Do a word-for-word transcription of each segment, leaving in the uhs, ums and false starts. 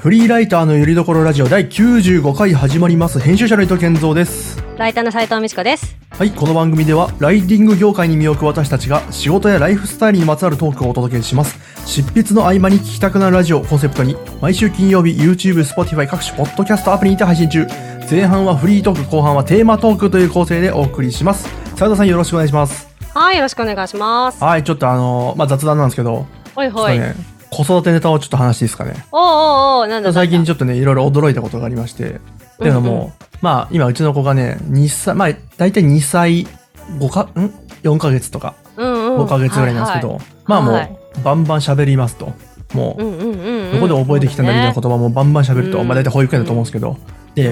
フリーライターのよりどころラジオだいきゅうじゅうごかい始まります。編集者の伊藤健三です。 ライターの斉藤美智子です。 はい、この番組ではライティング業界に身を置く私たちが仕事やライフスタイルにまつわるトークをお届けします。執筆の合間に聞きたくなるラジオコンセプトに毎週金曜日 YouTube、Spotify 各種ポッドキャストアプリにて配信中。前半はフリートーク、後半はテーマトークという構成でお送りします。斉藤さんよろしくお願いします。 はい、よろしくお願いします。 はい、ちょっとあのー、まあ、雑談なんですけど、 ほいほい、 ね、子育てネタをちょっと話していいですかね。 おうおうおう、なんだ最近ちょっとねいろいろ驚いたことがありまして、っていうのも、うんうん、まあ今うちの子がねにさい、まあ大体にさいごかんよんかげつとか、うんうん、ごかげつぐらいなんですけど、はいはい、まあもう、はい、バンバン喋りますと、もう、うんうんうんうん、どこで覚えてきたんだみたいな言葉もバンバン喋ると、うん、まあ大体保育園だと思うんですけど、うん、で、うん、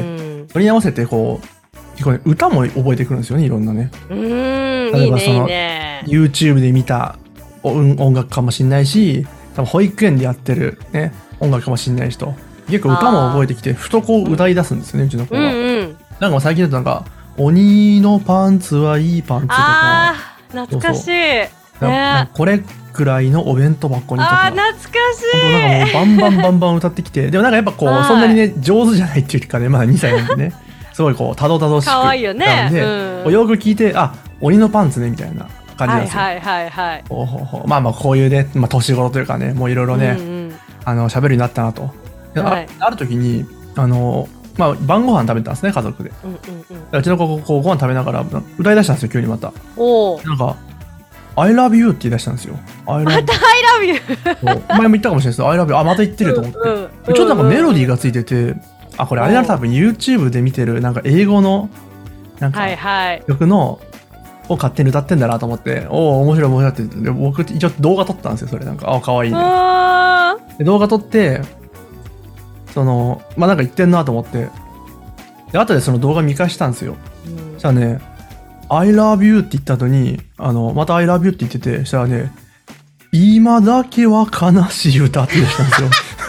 それに合わせてこう結構ね歌も覚えてくるんですよね、いろんなね。 うーん、 例えばそのいいねいいね、 YouTube で見た音楽かもしれないし、多分保育園でやってるね音楽かもしれないしと、結構歌も覚えてきてふとこう歌い出すんですよね、うちの子が、うんうん、なんか最近だとなんか鬼のパンツはいいパンツとか、 あ懐かしい、そうそう、ね、 なこれくらいのお弁当箱にとか、 あ懐かしい、 本当なんかもうバンバンバンバン歌ってきて、でもなんかやっぱこうそんなにね上手じゃないっていうかね、まだにさいなんでねすごいこうたどたどしく可愛いよね、 うん、よく聞いて、あ鬼のパンツねみたいな感じなんですよ。 はいはいはいはい。 ほうほうほう、まあまあこういうね、まあ、年頃というかね、もういろいろね、うんうん、あの喋るようになったなと。はい、あ, ある時にあの、まあ、晩ご飯食べてたんですね、家族で。うんうんうん、うちの子こうご飯食べながら歌い出したんですよ、急にまた。おなんか I love you って言い出したんですよ。I love you また I love you 前も言ったかもしれないですけど I love you あまた言ってると思って、うんうん、ちょっとなんかメロディーがついてて、あこれあれだ、多分 YouTube で見てるなんか英語のなんか曲のを勝手に歌ってんだなと思って、おお面白い面白いって言って、僕一応動画撮ったんですよ、それなんかあ可愛いねで動画撮って、そのまあなんか言ってんなと思って、で後でその動画見返したんですよ、うん、そしたらね I love you って言った後にあのまた I love you って言ってて、そしたらね今だけは悲しい歌って言ったんですよ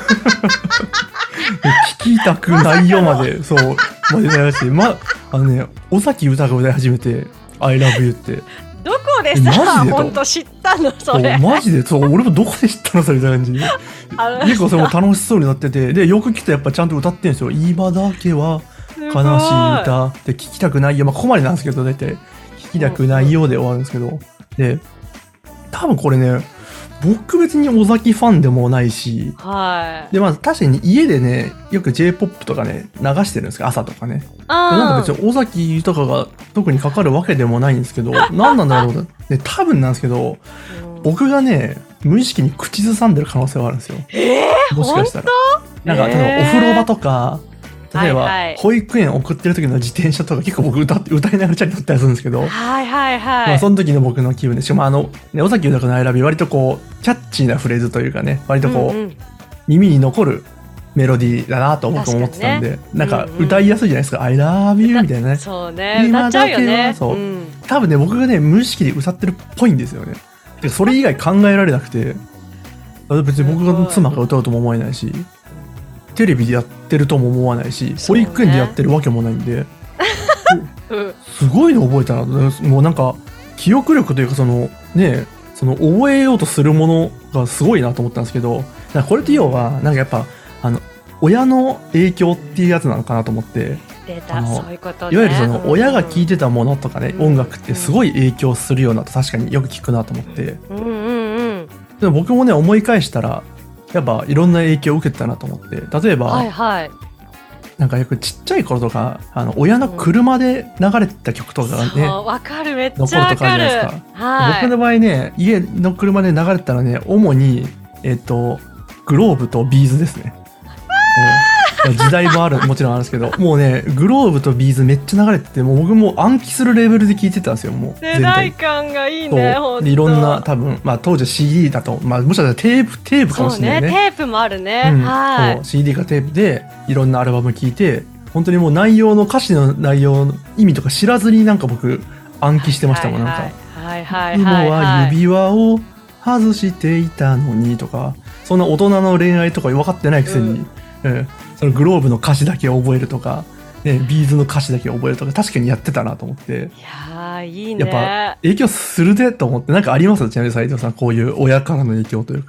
聞きたくないよまでそうまで歌いし、まあのね尾崎豊が歌い始めてI love you ってどこでさ本当知ったのそれ、 マジでそう俺もどこで知ったのそれみたいな感じで結構それも楽しそうになってて、でよく聞くとやっぱちゃんと歌ってるんですよ。今だけは悲しい歌で聞きたくないよ、まあここまでなんですけど、大体聞きたくないようで終わるんですけど、で多分これね僕別に尾崎ファンでもないし、はい、でまあ確かに家でねよく J-ポップ とかね流してるんですけど、朝とかね、なんか別に尾崎豊が特にかかるわけでもないんですけど何なんだろうね、多分なんですけど、うん、僕がね無意識に口ずさんでる可能性はあるんですよ、 えー、 もしかしたらなんか例えばお風呂場とか、例えば保育園送ってる時の自転車とか結構僕歌って歌いながらチャリ乗ったりするんですけど、 はいはいはい、 まあ、その時の僕の気分で、しかもあの、ね、尾崎豊の I love you 割とこうキャッチーなフレーズというかね、割とこう、うんうん、耳に残るメロディーだなと僕思ってたんで、ね、なんか歌いやすいじゃないですか、うんうん、I love you みたいなね、 そうね、歌っちゃうよね、 そう、うん、多分ね僕がね無意識で歌ってるっぽいんですよね。でそれ以外考えられなくて、別に僕が妻が歌うとも思えないし、テレビでやってるとも思わないし、保育園でやってるわけもないんで、うん、すごいの覚えたな。もうなんか記憶力というか、そのねその覚えようとするものがすごいなと思ったんですけど、なんかこれって要はなんかやっぱあの親の影響っていうやつなのかなと思って、 出た、そういうことね、 いわゆるその親が聴いてたものとかね、うん、音楽ってすごい影響するようなと確かによく聞くなと思って、うんうんうん、でも僕もね思い返したらやっぱいろんな影響を受けてたなと思って、例えば、はいはい、なんかよくちっちゃい頃とかあの親の車で流れてた曲とかがね、 うん、わかる、めっちゃわかる、残るとかあるじゃないですか、はい、僕の場合ね家の車で流れてたらね主にえっとグローブとビーズですね、えー、時代もあるもちろんあるんですけど、もうねグローブとビーズめっちゃ流れてて、もう僕も暗記するレベルで聴いてたんですよ。もう世代感がいいね、ほんといろんな多分、まあ、当時は シーディー だと、まあ、もしかしたらテープテープかもしれないね、 そうね、テープもあるね、うん、はい、そう シーディー かテープでいろんなアルバム聴いて、本当にもう内容の歌詞の内容の意味とか知らずになんか僕暗記してましたもん、なんか、はいはいはいはい、今は指輪を外していたのにとか、そんな大人の恋愛とか分かってないくせに、うんうん、そのグローブの歌詞だけ覚えるとか、ね、ビーズの歌詞だけ覚えるとか確かにやってたなと思って、いやーいいね、 やっぱ影響するでと思って、なんかあります？ちなみに斉藤さん、こういう親からの影響というか。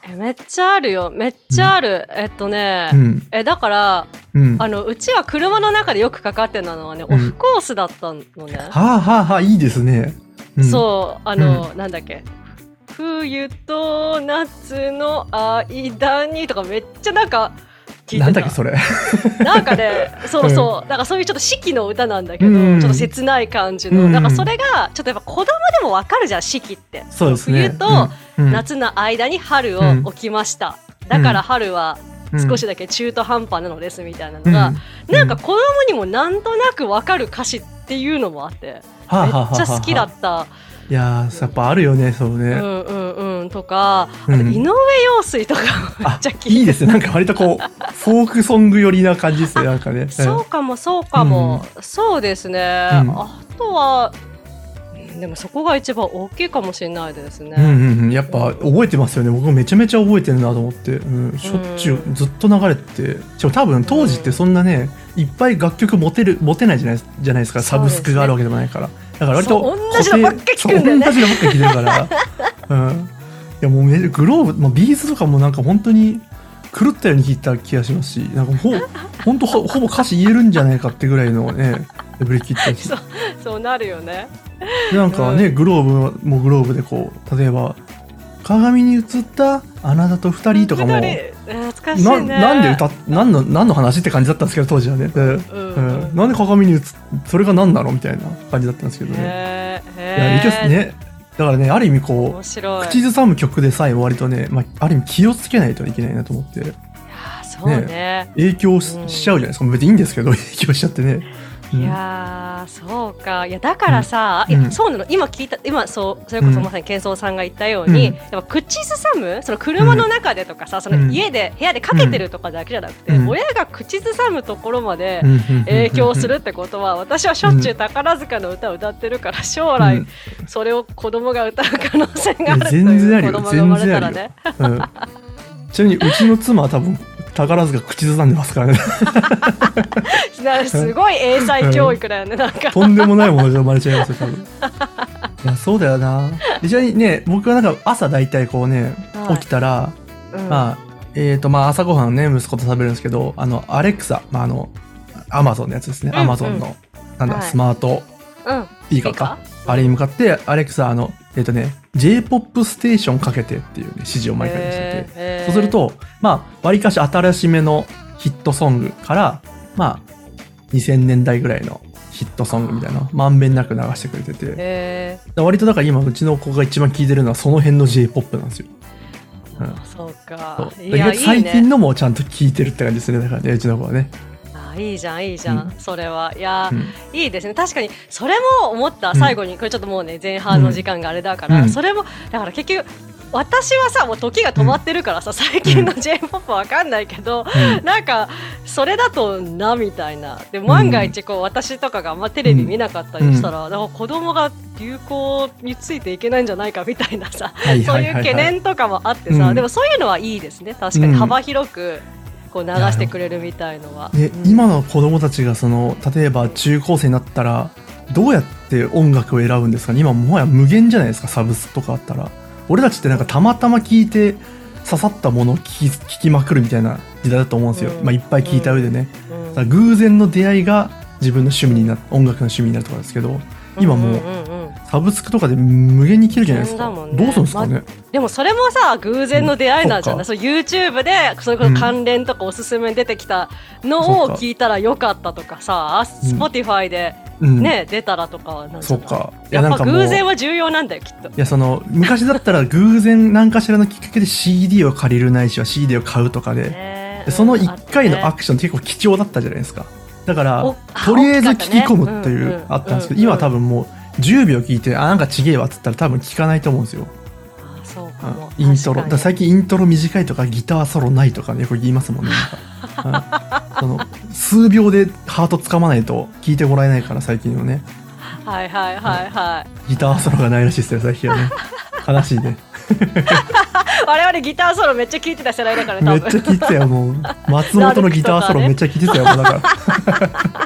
えめっちゃあるよ、めっちゃある、うん、えっとね、うん、えだから、うん、あのうちは車の中でよくかかってたのはね、うん、オフコースだったのね。 はあはあはあ、いいですね。 うん、そうあの、うん、なんだっけ、冬と夏の間にとかめっちゃなんか聞いてた。 なんだっけそれなんかね、そうそう、うん、なんかそういうちょっと四季の歌なんだけど、うん、ちょっと切ない感じの、うん、なんかそれがちょっとやっぱ子供でもわかるじゃん、四季って。 そうですね、 冬と夏の間に春を置きました、うん、だから春は少しだけ中途半端なのですみたいなのが、うん、なんか子供にもなんとなくわかる歌詞っていうのもあって、うん、めっちゃ好きだった。はあはあはあ、 いやーやっぱあるよね、そうね。 うんうんうんとか、あと井上陽水とかめっちゃ聞いて、 いいですね。なんか割とこうフォークソング寄りな感じですね、なんかね。 そうかもそうかも、うん、そうですね、うん、あとはでもそこが一番大きいかもしれないですね。 うんうんうん、やっぱ覚えてますよね。僕もめちゃめちゃ覚えてるなと思って、うん、しょっちゅうずっと流れて、しかも多分当時ってそんなね、いっぱい楽曲持てる持てないじゃないじゃないですか。サブスクがあるわけでもないから。だから割と同じのばっか聞くんだよね。 同じのばっか聞いてるから、うん、いやもうめグローブ、まあ、ビーズとかもなんか本当に狂ったように聞いた気がしますし、なんかほ本当 ほ, ほぼ歌詞言えるんじゃないかってぐらいのねレベル聞いたし、 そうそうなるよね。 なんかね、うん、グローブもグローブでこう例えば鏡に映ったあなたと二人とかも懐かしいね。 ななんで歌何の何の話って感じだったんですけど当時はね、うんうんうん、なんで鏡に映っそれが何なのみたいな感じだったんですけどね。 へーいやいやね、だからねある意味こう口ずさむ曲でさえ割とね、まあ、ある意味気をつけないといけないなと思って。いやそうね、 ね影響 し,、うん、しちゃうじゃないですか。別にいいんですけど影響しちゃってね。 いやそうか。いやだからさ、うん、いやそうなの、今聞いた今そうそれこそまさに健三さんが言ったように、うん、やっぱ口ずさむその車の中でとかさ、うん、その家で部屋でかけてるとかだけじゃなくて、うん、親が口ずさむところまで影響するってことは、私はしょっちゅう宝塚の歌を歌ってるから将来それを子供が歌う可能性があるという子供が生まれたらね。 うん、ちなみにうちの妻は多分宝塚口ずさんでますからねすごい英才教育だよね、なんかとんでもないものが生まれちゃいますよ多分。いやそうだよな。ちなみにね僕はなんか朝だいたいこうね、はい、起きたら、うん、まあえーとまあ朝ごはんね息子と食べるんですけど、あのアレクサ、まあ、あのアマゾンのやつですね、アマゾンのなんだ、はい、スマートスピーカーか、うん、あれに向かってアレクサあのえーとね J-ポップ ステーションかけてっていう、ね、指示を毎回してて、そうするとまあわりかし新しめのヒットソングからまあにせんねんだいぐらいのヒットソングみたいなまんべんなく流してくれてて、割とだから今うちの子が一番聴いてるのはその辺の J-ポップ なんですよ。 うん、そうか。 そういや最近のもちゃんと聴いてるって感じですね。だからねうちの子はね。 あいいじゃんいいじゃん、うん、それはいや、うん、いいですね。確かにそれも思った最後に、うん、これちょっともうね前半の時間があれだから、うん、それもだから結局私はさもう時が止まってるからさ、うん、最近の J-ポップ わかんないけど、うん、なんかそれだとなみたいな。で万が一こう私とかがあんまテレビ見なかったりしたら、うん、だから子供が流行についていけないんじゃないかみたいなさ、はいはいはいはい、そういう懸念とかもあってさ、うん、でもそういうのはいいですね。確かに幅広くこう流してくれるみたいのは、 ねうん、今の子供たちがその例えば中高生になったらどうやって音楽を選ぶんですかね。今もはや無限じゃないですか。サブスクとかあったら俺たちってなんかたまたま聞いて刺さったものを聞き、聞きまくるみたいな時代だと思うんですよ、うんまあ、いっぱい聞いた上でね、うん、だから偶然の出会いが自分の趣味にな音楽の趣味になるとかですけど、今もうサブスクとかで無限に聴けるじゃないですか、ね、どうするんですかね、ま、 でもそれもさ偶然の出会いなんじゃない、うん、そう YouTube でそれこそ関連とかおすすめに出てきたのを聞いたらよかったとかさ、うん、Spotify でね、うん、出たらとかはなんじゃない。そうか。いややっぱ偶然は重要なんだよきっと。 いやその昔だったら偶然何かしらのきっかけで シーディー を借りるないしは シーディー を買うとかで、えー、そのいっかいのアクションって結構貴重だったじゃないですか。だからとりあえず聞き込むっていうあったんですけど、今は多分もうじゅうびょう聞いてあなんかちげえわっつったら多分聞かないと思うんですよ。 あそうかも、 イントロだ最近イントロ短いとかギターソロないとかねこれ言いますもんね。なんかその数秒でハートつかまないと聞いてもらえないから最近はね。 はいはいはいはい。 ギターソロがないらしいですよ最近はね。悲しいね。 我々ギターソロめっちゃ聞いてた世代だからね。 めっちゃ聞いてたよもう松本のギターソロめっちゃ聞いてたよもうだから。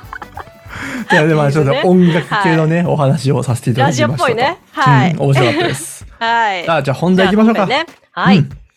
いやでもちょっと音楽系のね、はい、お話をさせていただきました。 ラジオっぽいね。はい。 うん、面白かったです。 はい。 あじゃあ本題いきましょうか。 ね、はい、うん。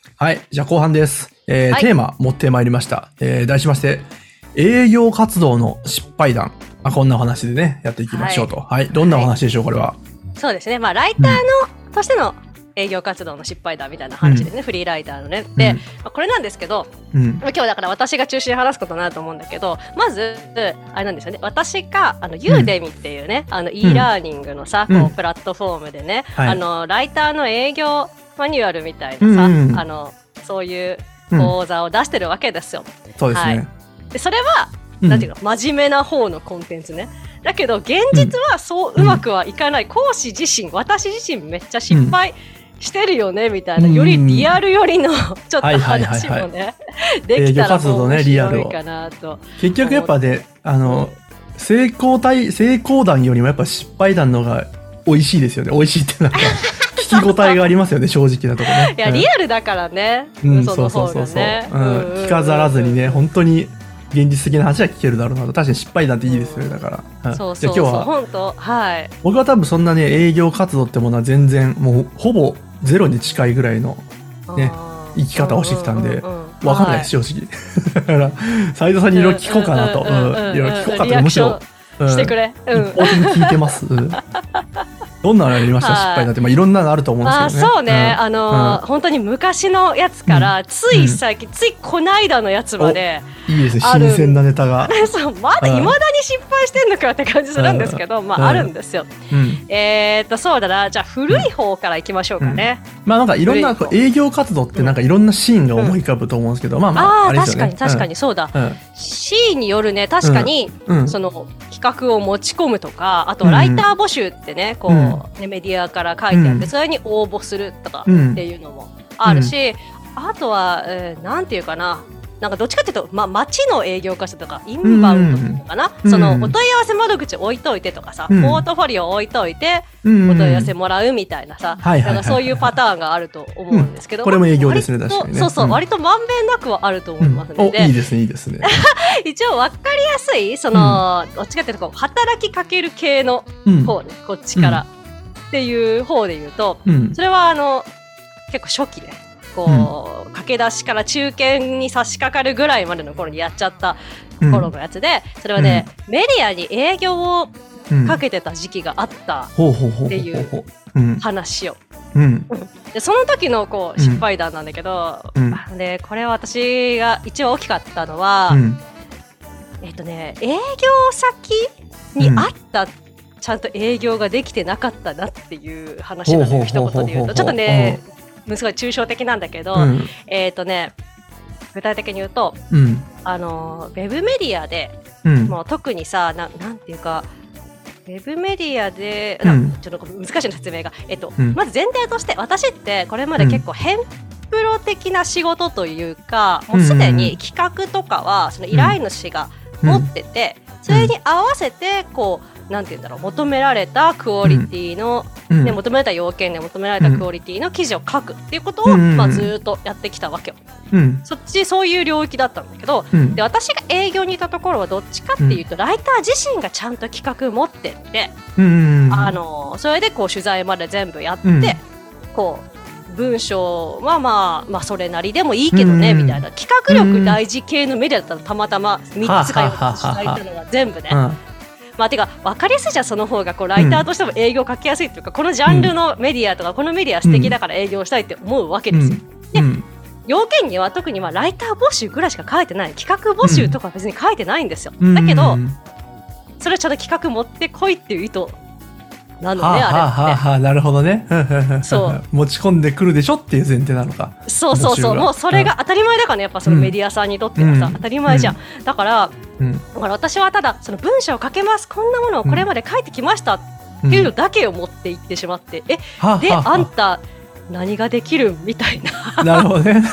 はい、じゃあ後半です。えーはい、テーマ持ってまいりました。えー、題しまして、営業活動の失敗談。まあ、こんなお話でね、やっていきましょうと。はい、はい、どんなお話でしょう、これは。 そうですね。まあ、ライターの、うん、としての営業活動の失敗談みたいな話でね、うん、フリーライターのね。で、うん、まあ、これなんですけど、うん、今日だから私が中心に話すことになると思うんだけど、まず、あれなんですよね。私が、あの、ユーデミっていうね、うん、あの、e ラーニングのさ、うん、こう、プラットフォームでね、うん、あの、ライターの営業マニュアルみたいなさ、うんうん、あの、そういう講座を出してるわけですよ。 うん、そうですね。はい、 で、それは、なんていうの、真面目な方のコンテンツね。だけど、現実はそううまくはいかない。うん、講師自身、私自身めっちゃ失敗してるよね、みたいな、よりリアルよりのちょっと話もね、できたら面白いかなと。 結局やっぱね、あの、成功体、成功談よりもやっぱ失敗談の方が美味しいですよね。美味しいってなんか。聞き応えがありますよね、正直なところね。 いや、リアルだからね。 うん、そうそうそうそう。聞かざらずにね、本当に現実的な話は聞けるだろうなと。確かに失敗なんていいですよね、だから。 そうそうそう。本当、はい。 僕は多分そんなね、営業活動ってものは全然、もうほぼゼロに近いぐらいのね、生き方をしてきたんで、わかんないです、正直。だから、斉藤さんにいろいろ聞こうかなと。いろいろ聞こうかと、むしろ。 してくれ。 うん。一方的に聞いてます。どんなのありました、失敗だって、まあ、いろんなのあると思うんですけどね。 あ、そうね、うん、あのーうん、本当に昔のやつから、うん、つい最近、うん、ついこないだのやつまで、 いいですね、新鮮なネタが。 そうまだいまだに失敗してんのかって感じするんですけど、まあ、あるんですよ。うん、えーっとそうだな、じゃあ古い方からいきましょうかね。 うん、まあなんかいろんな営業活動ってなんかいろんなシーンが思い浮かぶと思うんですけど、うん、まあまああれですよね。 確かに確かにそうだ。うん、シーンによるね、確かに、うん、その企画を持ち込むとか、あとライター募集ってね、こう、ね、メディアから書いてあって、それに応募するとかっていうのもあるし、あとは、えー、なんていうかな、なんかどっちかっていうと、まあ、街の営業活動とかインバウンドとかな、うん、そのお問い合わせ窓口置いといてとかさ、うん、ポートフォリオ置いといて、うん、お問い合わせもらうみたいなさ、うん、なんかそういうパターンがあると思うんですけど、 うん、これも営業ですね、確かにね。 そうそう、うん、割とまんべんなくはあると思いますので、 うん、いいですね、いいですね。 一応分かりやすい、その、うん、どっちかっていうとこう働きかける系の方ね、うん、こっちから、うん、っていう方で言うと、うん、それはあの結構初期ね、こう、うん、駆け出しから中堅に差し掛かるぐらいまでの頃にやっちゃった頃のやつで、それはね、うん、メディアに営業をかけてた時期があったっていう話を。でその時のこう失敗談なんだけど、うん、でこれは私が一番大きかったのは、うん、えっとね営業先にあった、うん、ちゃんと営業ができてなかったなっていう話なんだよ、一言で言うと。ちょっとねすごい抽象的なんだけど、うん、えっとね具体的に言うと、うん、あのウェブメディアで、うん、もう特にさ な, なんていうかウェブメディアで、うん、ちょっと難しいな説明が、えっとうん、まず前提として私ってこれまで結構偏プロ的な仕事というか、うん、もうすでに企画とかはその依頼主が持ってて、うん、それに合わせてこうなんていうんだろう、求められたクオリティの、うんね、求められた要件で求められたクオリティの記事を書くっていうことを、うんまあ、ずっとやってきたわけよ、うん、そっちそういう領域だったんだけど、うん、で私が営業にいたところはどっちかっていうと、うん、ライター自身がちゃんと企画持ってって、うん、あのそれでこう取材まで全部やって、うん、こう文章はまあまあそれなりでもいいけどね、うん、みたいな企画力大事系のメディアだったらたまたまみっつかよっつ取材したのが全部ね、うんまあ、てか分かりやすいじゃん、その方がこうライターとしても営業書きやすいというか、うん、このジャンルのメディアとかこのメディア素敵だから営業したいって思うわけですよ、うん、で、要件には特にはライター募集ぐらいしか書いてない、企画募集とかは別に書いてないんですよ、うん、だけどそれをちゃんと企画持ってこいっていう意図なのね、はあ、あれって、はあはあ、 なるほどねそう持ち込んでくるでしょっていう前提なのか。 そうそうそう、もうそれが当たり前だからね、やっぱそのメディアさんにとってはさ、うん、当たり前じゃん、うん、だから、うん、だから私はただその文章を書けます、こんなものをこれまで書いてきましたっていうのだけを持っていってしまって、うん、え、はあ、で、はあ、あんた何ができるみたいななるほどね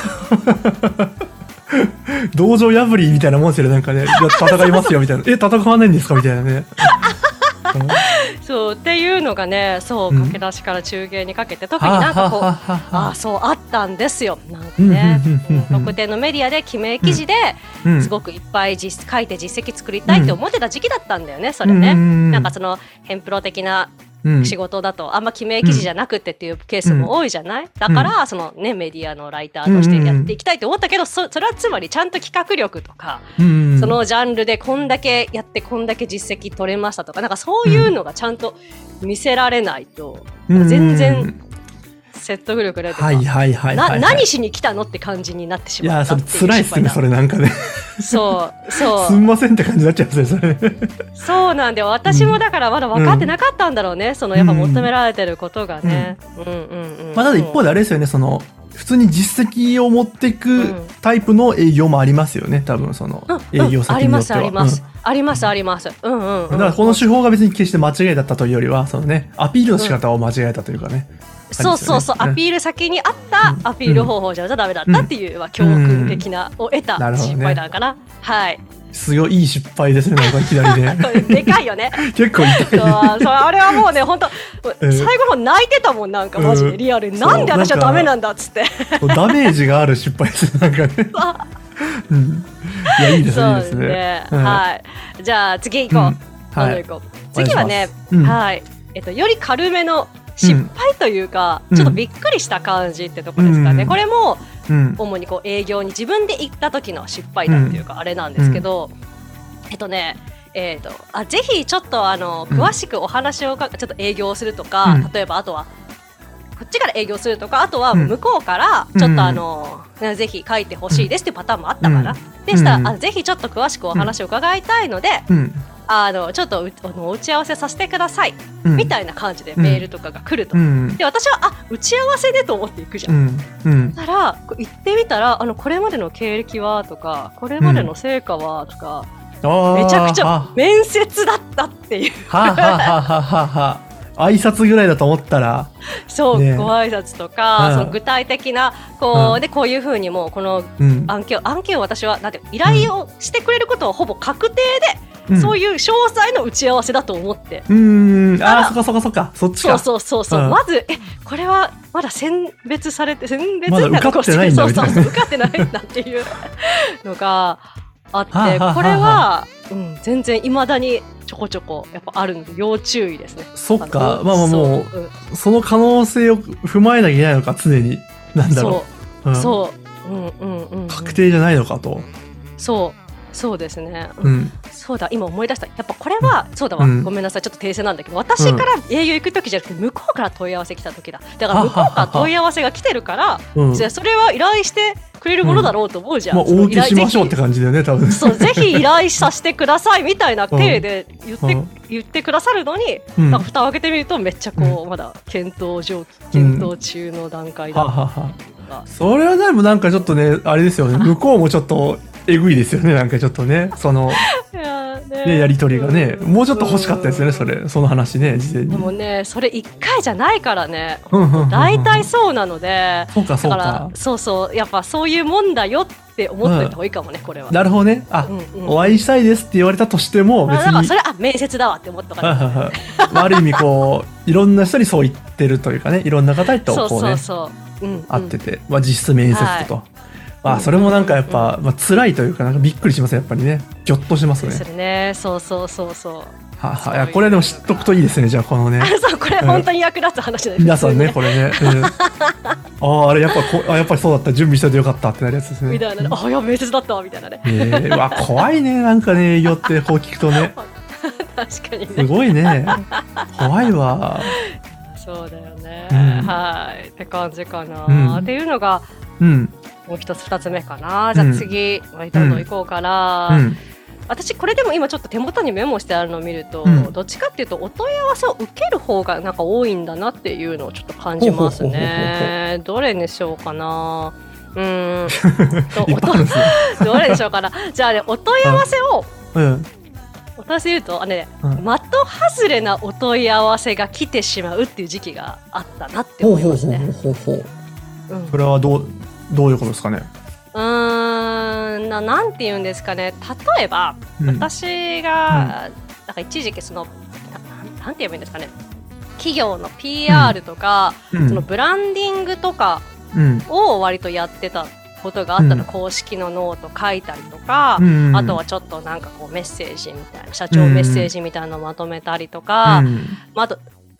道場破りみたいなもんですよね、なんかね、戦いますよみたいなえ、戦わないんですかみたいなねそうっていうのがね、そう駆け出しから中継にかけて、特になんかこう、あ、そうあったんですよ、なんかね特定のメディアで記名記事ですごくいっぱい実書いて実績作りたいって思ってた時期だったんだよね、それね。なんかその偏プロ的な仕事だとあんま記名記事じゃなくてっていうケースも多いじゃない、うん、だからその、ね、メディアのライターとしてやっていきたいと思ったけど、そ, それはつまりちゃんと企画力とか、うん、そのジャンルでこんだけやってこんだけ実績取れましたとか、なんかそういうのがちゃんと見せられないと、うん、全然説得力ないとか、はいはいはいはいはい、な何しに来たのって感じになってしまったっていう。いやそれ辛いっすねそれなんかねそうそうすんませんって感じになっちゃうんですよそれそうなんで私もだからまだ分かってなかったんだろうね、うん、そのやっぱ求められてることがね、うんうんうんうん、まあ、ただ一方であれですよね、その普通に実績を持っていくタイプの営業もありますよね多分その営業先によっては、うんうん、ありますありますありますあります、うんうんうん、だからこの手法が別に決して間違いだったというよりはそのねアピールの仕方を間違えたというかね、うん、そうそうそう、アピール先にあったアピール方法じゃダメだったっていう、うん、教訓的なを得た失敗だから、ね、はいすごいいい失敗ですねなんかいきなりねでかいよね結構痛いそうそうあれはもうね本当、えー、最後の方泣いてたもんなんかマジでリアルに、うん、なんで私はダメなんだっつってダメージがある失敗ですなんかねうん、いやいいですねいいですね、うん、はいじゃあ次行こう、うんはい、行こう次はね、うん、はいえっとより軽めの失敗というか、うん、ちょっとびっくりした感じってとこですかね、うん、これも、うん、主にこう営業に自分で行った時の失敗だっていうか、うん、あれなんですけど、うん、えっとねえー、とあぜひちょっとあの詳しくお話をか、うん、ちょっと営業するとか、うん、例えばあとはこっちから営業するとかあとは向こうからちょっとあの、うん、ぜひ書いてほしいですっていうパターンもあったから、うん、でしたら、うん、あぜひちょっと詳しくお話を伺いたいので、うんあのちょっとお打ち合わせさせてください、うん、みたいな感じでメールとかが来ると、うん、で私はあ打ち合わせでと思っていくじゃん、うんうん、だから行ってみたらあのこれまでの経歴はとかこれまでの成果はとか、うん、めちゃくちゃ面接だったっていうはははははは挨拶ぐらいだと思ったらそう、ね、ご挨拶とか、うん、その具体的なこう、うん、でこういうふうにもうこの案件、うん、案件を私はなんて依頼をしてくれることはほぼ確定で、うん、そういう詳細の打ち合わせだと思ってうーんあーそっかそっかそっかそっちかそうそうそうそう、うん、まずえこれはまだ選別されて選別まだ受かってないんだみたいなそうそう受かってないんだっていうのがあってはあはあはあこれは、うん、全然いまだにちょこちょこやっぱあるので要注意ですねそっかまあまあもうそ,、うん、その可能性を踏まえなきゃいけないのか常になんだろうそう、うん、そう、うんうんうんうん、確定じゃないのかとそうそうですね、うん、そうだ今思い出したやっぱこれは、うん、そうだわ、うん、ごめんなさいちょっと訂正なんだけど私から営業行く時じゃなくて向こうから問い合わせ来た時だだから向こうから問い合わせが来てるから、うん、それは依頼してくれるものだろうと思うじゃん、うんまあ、お受けしましょうって感じだよね多分そうぜひ依頼させてくださいみたいな体で言って、うん、言ってくださるのに、うん、なんか蓋を開けてみるとめっちゃこう、うん、まだ検討上検討中の段階だ、うん、はははそれはでもなんかちょっとねあれですよね向こうもちょっとえぐいですよねなんかちょっとねそのや, ねね、やり取りがね、うん、もうちょっと欲しかったですよねそれその話ね事前にでもねそれいっかいじゃないからね大体そうなのでそうかそうかだからそうそうやっぱそういうもんだよって思っておいた方がいいかもね、うん、これはなるほどねあ、うんうん、お会いしたいですって言われたとしても別にそれあ面接だわって思ったからある意味こういろんな人にそう言ってるというかねいろんな方とこうねそうそうそう、うんうん、会ってて、まあ、実質面接と、はいまあ、それもなんかやっぱ、うんまあ、辛いというかなんかびっくりしますやっぱりねギョッとしますねするねそうそうそうそうははいういうこれでも知っとくといいですねじゃあこのねあそうこれ本当に役立つ話です、ね、皆さんねこれね、うん、ああれやっぱこあやっぱりそうだった準備しておいてよかったってなるやつですねみたいな、ね、あいや面接だったわみたいなね、えー、わ怖いねなんかね営業ってこう聞くとね確かにねすごいね怖いわそうだよね、うん、はいって感じかな、うん、っていうのが、うん、もう一つ二つ目かなじゃあ次、うん、どんどん行こうかな、うん、私これでも今ちょっと手元にメモしてあるのを見ると、うん、どっちかっていうとお問い合わせを受ける方がなんか多いんだなっていうのをちょっと感じますねどれにしようかなうーんどれにしようかなじゃあねお問い合わせを、うん私言うとあの、ねうん、的外れなお問い合わせが来てしまうっていう時期があったなって思いますね。ほうほうほうほう、うん、それはどうどういうことですかね。うーん な, なんて言うんですかね例えば、うん、私が、うん、なんか一時期その な, なんて言えばいいんですかね企業の ピーアール とか、うん、そのブランディングとかを割とやってたことがあったの、うん、公式のノート書いたりとか、うん、あとはちょっとなんかこうメッセージみたいな社長メッセージみたいなのをまとめたりとか、うんまあ、あと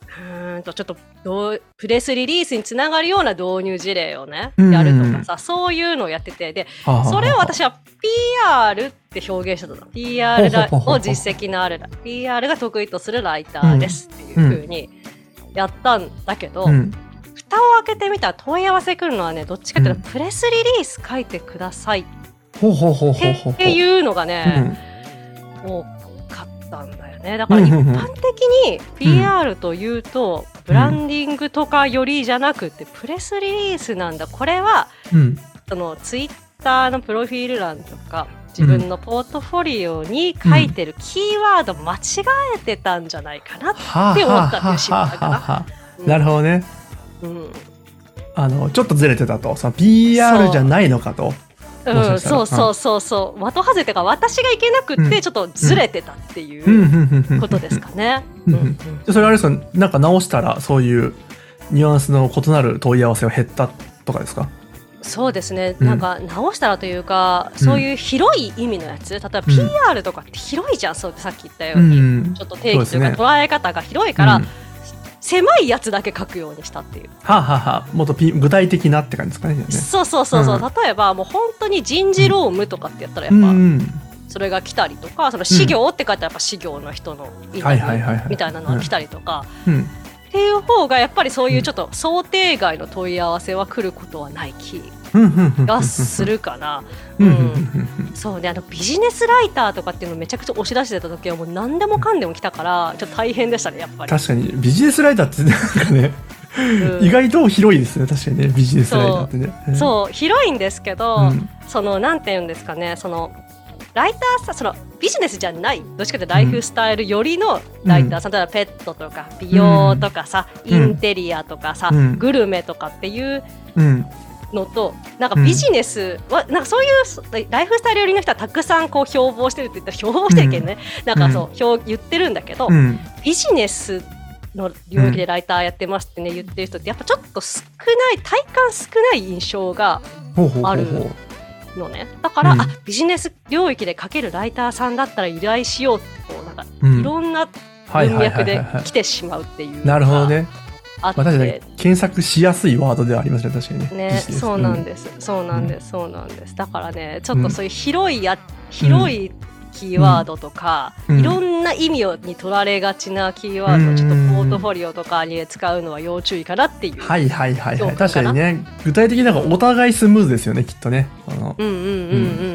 うんとちょっとどうプレスリリースにつながるような導入事例をね、 うんうん、 やるとかさ、そういうのをやってて、でそれを私は ピーアール って表現してたの。 ピーアール を実績のある ピーアール が得意とするライターですっていう風にやったんだけど、うん、蓋を開けてみたら問い合わせ来るのはね、どっちかっていうと、うん、プレスリリース書いてくださいっていうのがね、多かったんだよね。だから一般的に ピーアール というと、うん、ブランディングとかよりじゃなくてプレスリリースなんだ、これは、うん、そのツイッターのプロフィール欄とか自分のポートフォリオに書いてるキーワード間違えてたんじゃないかなって思ったっていう心配かな。 うん、なるほどね、うん、あのちょっとずれてたと、その ピーアール じゃないのかと。 うん、そうそうそうそう、的外れとか私がいけなくってちょっとずれてたっていうことですかね。 それあれですか、なんか直したらそういうニュアンスの異なる問い合わせが減ったとかですか？ そうですね、うん、なんか直したらというか、そういう広い意味のやつ、例えば ピーアール とかって広いじゃん、そうさっき言ったように、うん、ちょっと定義というか捉え方が広いから、うん、狭いやつだけ書くようにしたっていう。 はあ、はあはあ、もっとピ具体的なって感じですかね。 そうそうそうそう、うん、例えばもう本当に人事労務とかってやったらやっぱ、うん、それが来たりとか、その事業って書いたらやっぱ事業の人のインタビューみたいなのが来たりとか、っていう方がやっぱりそういうちょっと想定外の問い合わせは来ることはない気がするかな。そうね、あのビジネスライターとかっていうのをめちゃくちゃ押し出してた時はもう何でもかんでも来たからちょっと大変でしたね、やっぱり。 確かにビジネスライターってなんかね、うん、意外と広いですね、確かにね、ビジネスライターってね。 そう、そう広いんですけど、うん、そのなんていうんですかね、そのライターさ、そのビジネスじゃない、どっちかというとライフスタイルよりのライターさん、うん、例えばペットとか美容とかさ、うん、インテリアとかさ、うん、グルメとかっていうのと、なんかビジネスは、なんかそういうライフスタイル寄りの人はたくさんこう標榜してるって言ったら標榜してるけどね、うん、なんかそう標言ってるんだけど、うん、ビジネスの領域でライターやってますってね言ってる人ってやっぱちょっと少ない、体感少ない印象があるのね。だから、うん、あビジネス領域で書けるライターさんだったら依頼しようってこうなんか、うん、いろんな文脈で来てしまうっていう。 なるほどね。あって、まあ、確かに検索しやすいワードではありますね、確かに ね, ねそうなんです、うん、そうなんです、そうなんです。だからねちょっとそういう広いや、うん、広いキーワードとか、うん、いろんな意味に取られがちなキーワードをちょっとポートフォリオとかに使うのは要注意かなっていう。 はいはいはいはい、確かにね、具体的になんかお互いスムーズですよね、きっとね。あのうんうんうんうん、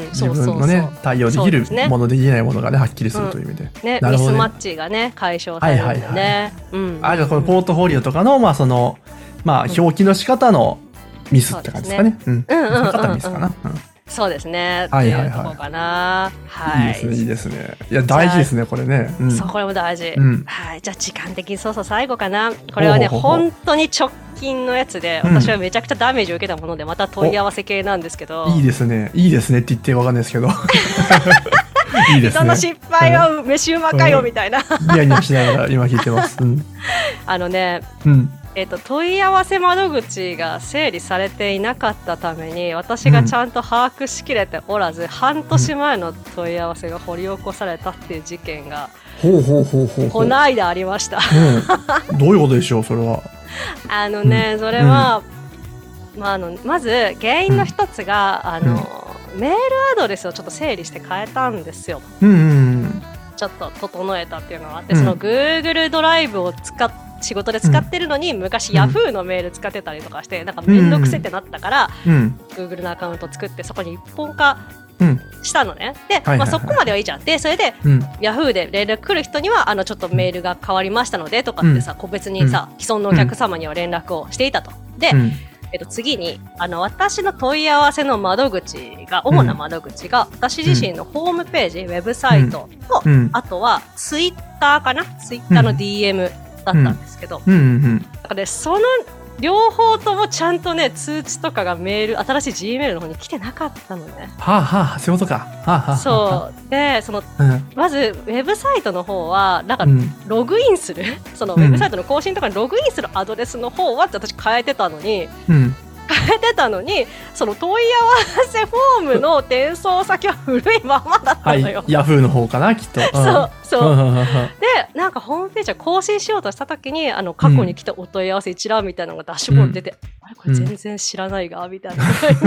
自分のね対応できるものできないものがねはっきりするという意味で、 うんね、ミスマッチがね解消されるんでね。はいはいはい、うん、 あじゃあこのポートフォリオとかのまあそのまあ表記の仕方のミスって感じですかね。うん、うんうんうんうん、方ミスかな。うんそうですね。はいはいはい。っていうとこかな。はい。 いいですね、いいですね。いや大事ですね、これね。 うん、そうこれも大事。うん、はい。じゃあ時間的にそうそう最後かな。これはねほうほうほう本当に直近のやつで、私はめちゃくちゃダメージを受けたもので、また問い合わせ系なんですけど。 いいですね、いいですねって言ってわかんないですけど。いいですね。 人の失敗は飯うまかよみたいな。 ニヤニヤしながら今聞いてます。うん、 あのね。うんえー、と問い合わせ窓口が整理されていなかったために私がちゃんと把握しきれておらず、うん、半年前の問い合わせが掘り起こされたっていう事件がこの間ありました。 うん、どういうことでしょうそれは。 あのね、うん、それは、うんまあ、あのまず原因の一つが、うん、あのメールアドレスをちょっと整理して変えたんですよ。うんうんうん、ちょっと整えたっていうのがあって、うん、その Google ドライブを使って仕事で使ってるのに、うん、昔 Yahoo のメール使ってたりとかして、うん、なんかめんどくせってなったから、うん、Google のアカウント作ってそこに一本化したのね、うん、で、はいはいはいまあ、そこまではいいじゃん。でそれで、うん、Yahoo で連絡来る人にはあのちょっとメールが変わりましたのでとかってさ、うん、個別にさ、うん、既存のお客様には連絡をしていたと。で、うんえっと、次にあの私の問い合わせの窓口が主な窓口が、うん、私自身のホームページ、うん、ウェブサイトと、うん、あとはツイッターかなツイッターの ディーエム、うんだったんですけど、うんうんうん、だからねその両方ともちゃんとね通知とかがメール新しい G メールの方に来てなかったのね。 はあはあそういうことか。はあはあ、 そうでその、うん、まずウェブサイトの方はなんかログインする、うん、そのウェブサイトの更新とかにログインするアドレスの方はって私変えてたのに、うん、 えてたのにその問い合わせフォームの転送先は古いままだったのよ、 はい、ヤフーの方かなきっと。 そうそうでなんかホームページを更新しようとした時にあの過去に来たお問い合わせ一覧みたいなのがダッシュボード出て、うん、あれこれ全然知らないがみたいな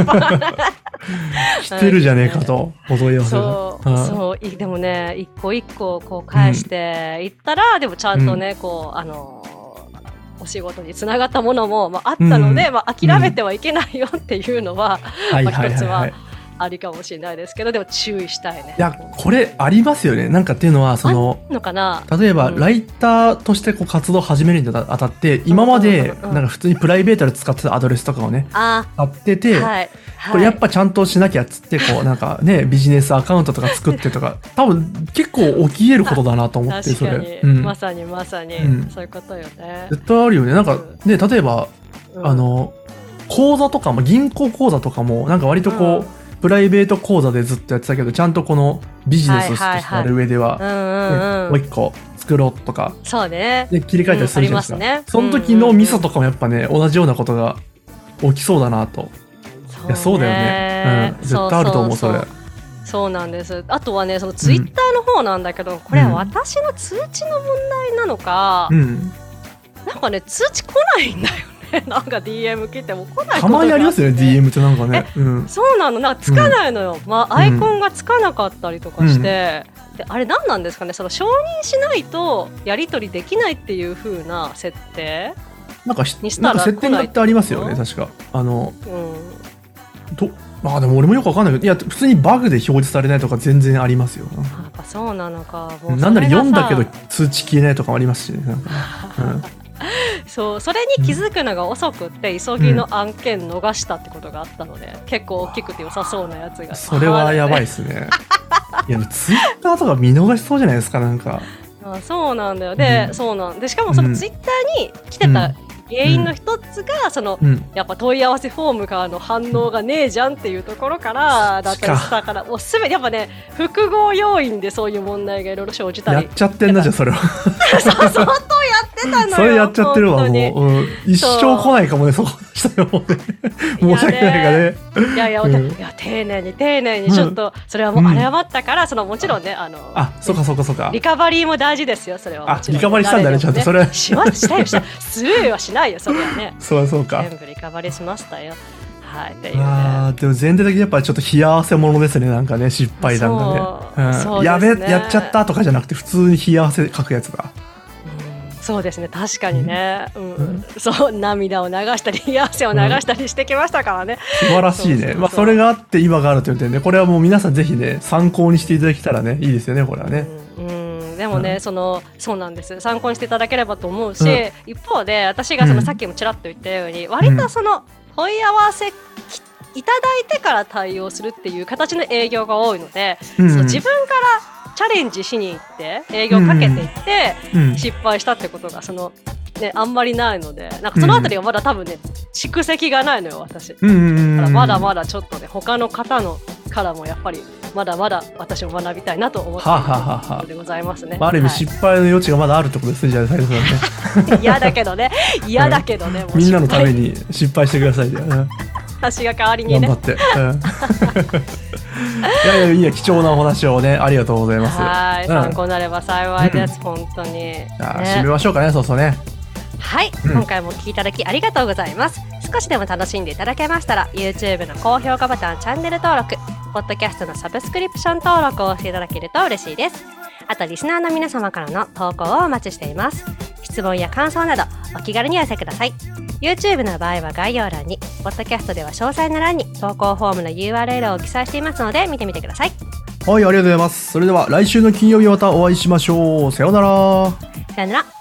来てるじゃねえかとお問い合わせがそう、そうでもね一個一個こう返していったら、うん、でもちゃんとねこうあのお仕事につながったものも、まあ、あったので、うんまあ、諦めてはいけないよっていうのは、うんまあ、一つはありかもしれないですけどでも注意したいね。 いやこれありますよね。なんかっていうのはそののかな例えば、うん、ライターとしてこう活動を始めるにあたって今までなんか普通にプライベートで使ってたアドレスとかをねあってて、はいはい、これやっぱちゃんとしなきゃっつってこうなんかねビジネスアカウントとか作ってとか多分結構起き得ることだなと思ってそれ、 うん、まさにまさに、うん、そういうことよね。 絶対あるよね。なんかね例えば、うん、あの口座とかも銀行口座とかもなんか割とこう、うんプライベート口座でずっとやってたけどちゃんとこのビジネスとしてある上ではもう一個作ろうとかそうねで切り替えたりするじゃないですか、うんね、その時のミソとかもやっぱね同じようなことが起きそうだなと。そうね、いやそうだよね、うん、絶対あると思うそれ。 そうなんです。あとはねそのツイッターの方なんだけど、うん、これは私の通知の問題なのか、うん、なんかね通知来ないんだよねなんか ディーエム 来ても来ないことがあってたまにありますよね ディーエム ってなんかね、 うん、そうなのなんかつかないのよ、うんまあ、アイコンがつかなかったりとかして、うん、であれ何なんですかねその承認しないとやり取りできないっていう風な設定なんかにしたらなんか設定がってありますよね確かあの、うん、とまあでも俺もよくわかんないけどいや普通にバグで表示されないとか全然ありますよ。 やっぱそうなのかもうなんなら読んだけど通知消えないとかもありますしねなんか、うんそうそれに気づくのが遅くって急ぎの案件逃したってことがあったので、うん、結構大きくて良さそうなやつがそれはやばいですねいやツイッターとか見逃しそうじゃないですかなんかあそうなんだよで、うん、そうなんでしかもそのツイッターに来てた原因の一つがその、うん、やっぱ問い合わせフォームからの反応がねえじゃんっていうところからだったりしたからもうすべてやっぱね複合要因でそういう問題がいろいろ生じたりやっちゃってんなじゃんそれはそう相当やってたのよそれやっちゃってるわもう、うん、一生来ないかもねそこしたよもうね申し訳ないがねいやいや、うん、いや丁寧に丁寧にちょっとそれはもうあれ余ったから、うん、そのもちろんねあのあそうかそうかそうかリカバリーも大事ですよそれはもちろんあリカバリーしたんだねちゃんとそれしましたよしたスルーはしないよそれはねそうそうか全部リカバリーしましたよはいっていうねあでも全体的にやっぱりちょっと冷や汗ものですねなんかね失敗談がね、うんそうですねやべやっちゃったとかじゃなくて普通に冷や汗かくやつがそうですね確かにね、うんうん、そう涙を流したり冷や汗を流したりしてきましたからね、 うん、素晴らしいねそうそうそう、まあ、それがあって今があるという点でこれはもう皆さんぜひね参考にしていただけたらねいいですよねこれはね、 うんうん、でもね、うん、そのそうなんです参考にしていただければと思うし、うん、一方で私がそのさっきもちらっと言ったように、うん、割とその問い合わせいただいてから対応するっていう形の営業が多いので、うん、そう自分からチャレンジしに行って営業かけていって失敗したってことがその、ね、あんまりないのでなんかそのあたりはまだ多分ね蓄積がないのよ私だからまだまだちょっとね他の方のからもやっぱりまだまだ私も学びたいなと思っているところでございますね。 ははははある意味失敗の余地がまだあるってことですねじゃあ最初だね嫌だけどね嫌だけどね、 うん、みんなのために失敗してくださいね私が代わりにね頑張って、うんいやいやいや貴重なお話をねありがとうございます。 はい、うん、参考になれば幸いです、うん、本当に、ね、 じゃあ締めましょうかねそうそうねはい、うん、今回もお聞きいただきありがとうございます。少しでも楽しんでいただけましたら YouTube の高評価ボタンチャンネル登録ポッドキャストのサブスクリプション登録をしていただけると嬉しいです。あとリスナーの皆様からの投稿をお待ちしています。質問や感想などお気軽にお寄せください。 YouTube の場合は概要欄にポッドキャストでは詳細な欄に投稿フォームの ユーアールエル を記載していますので見てみてください。 はいありがとうございます。それでは来週の金曜日またお会いしましょう。さようなら。 さようなら。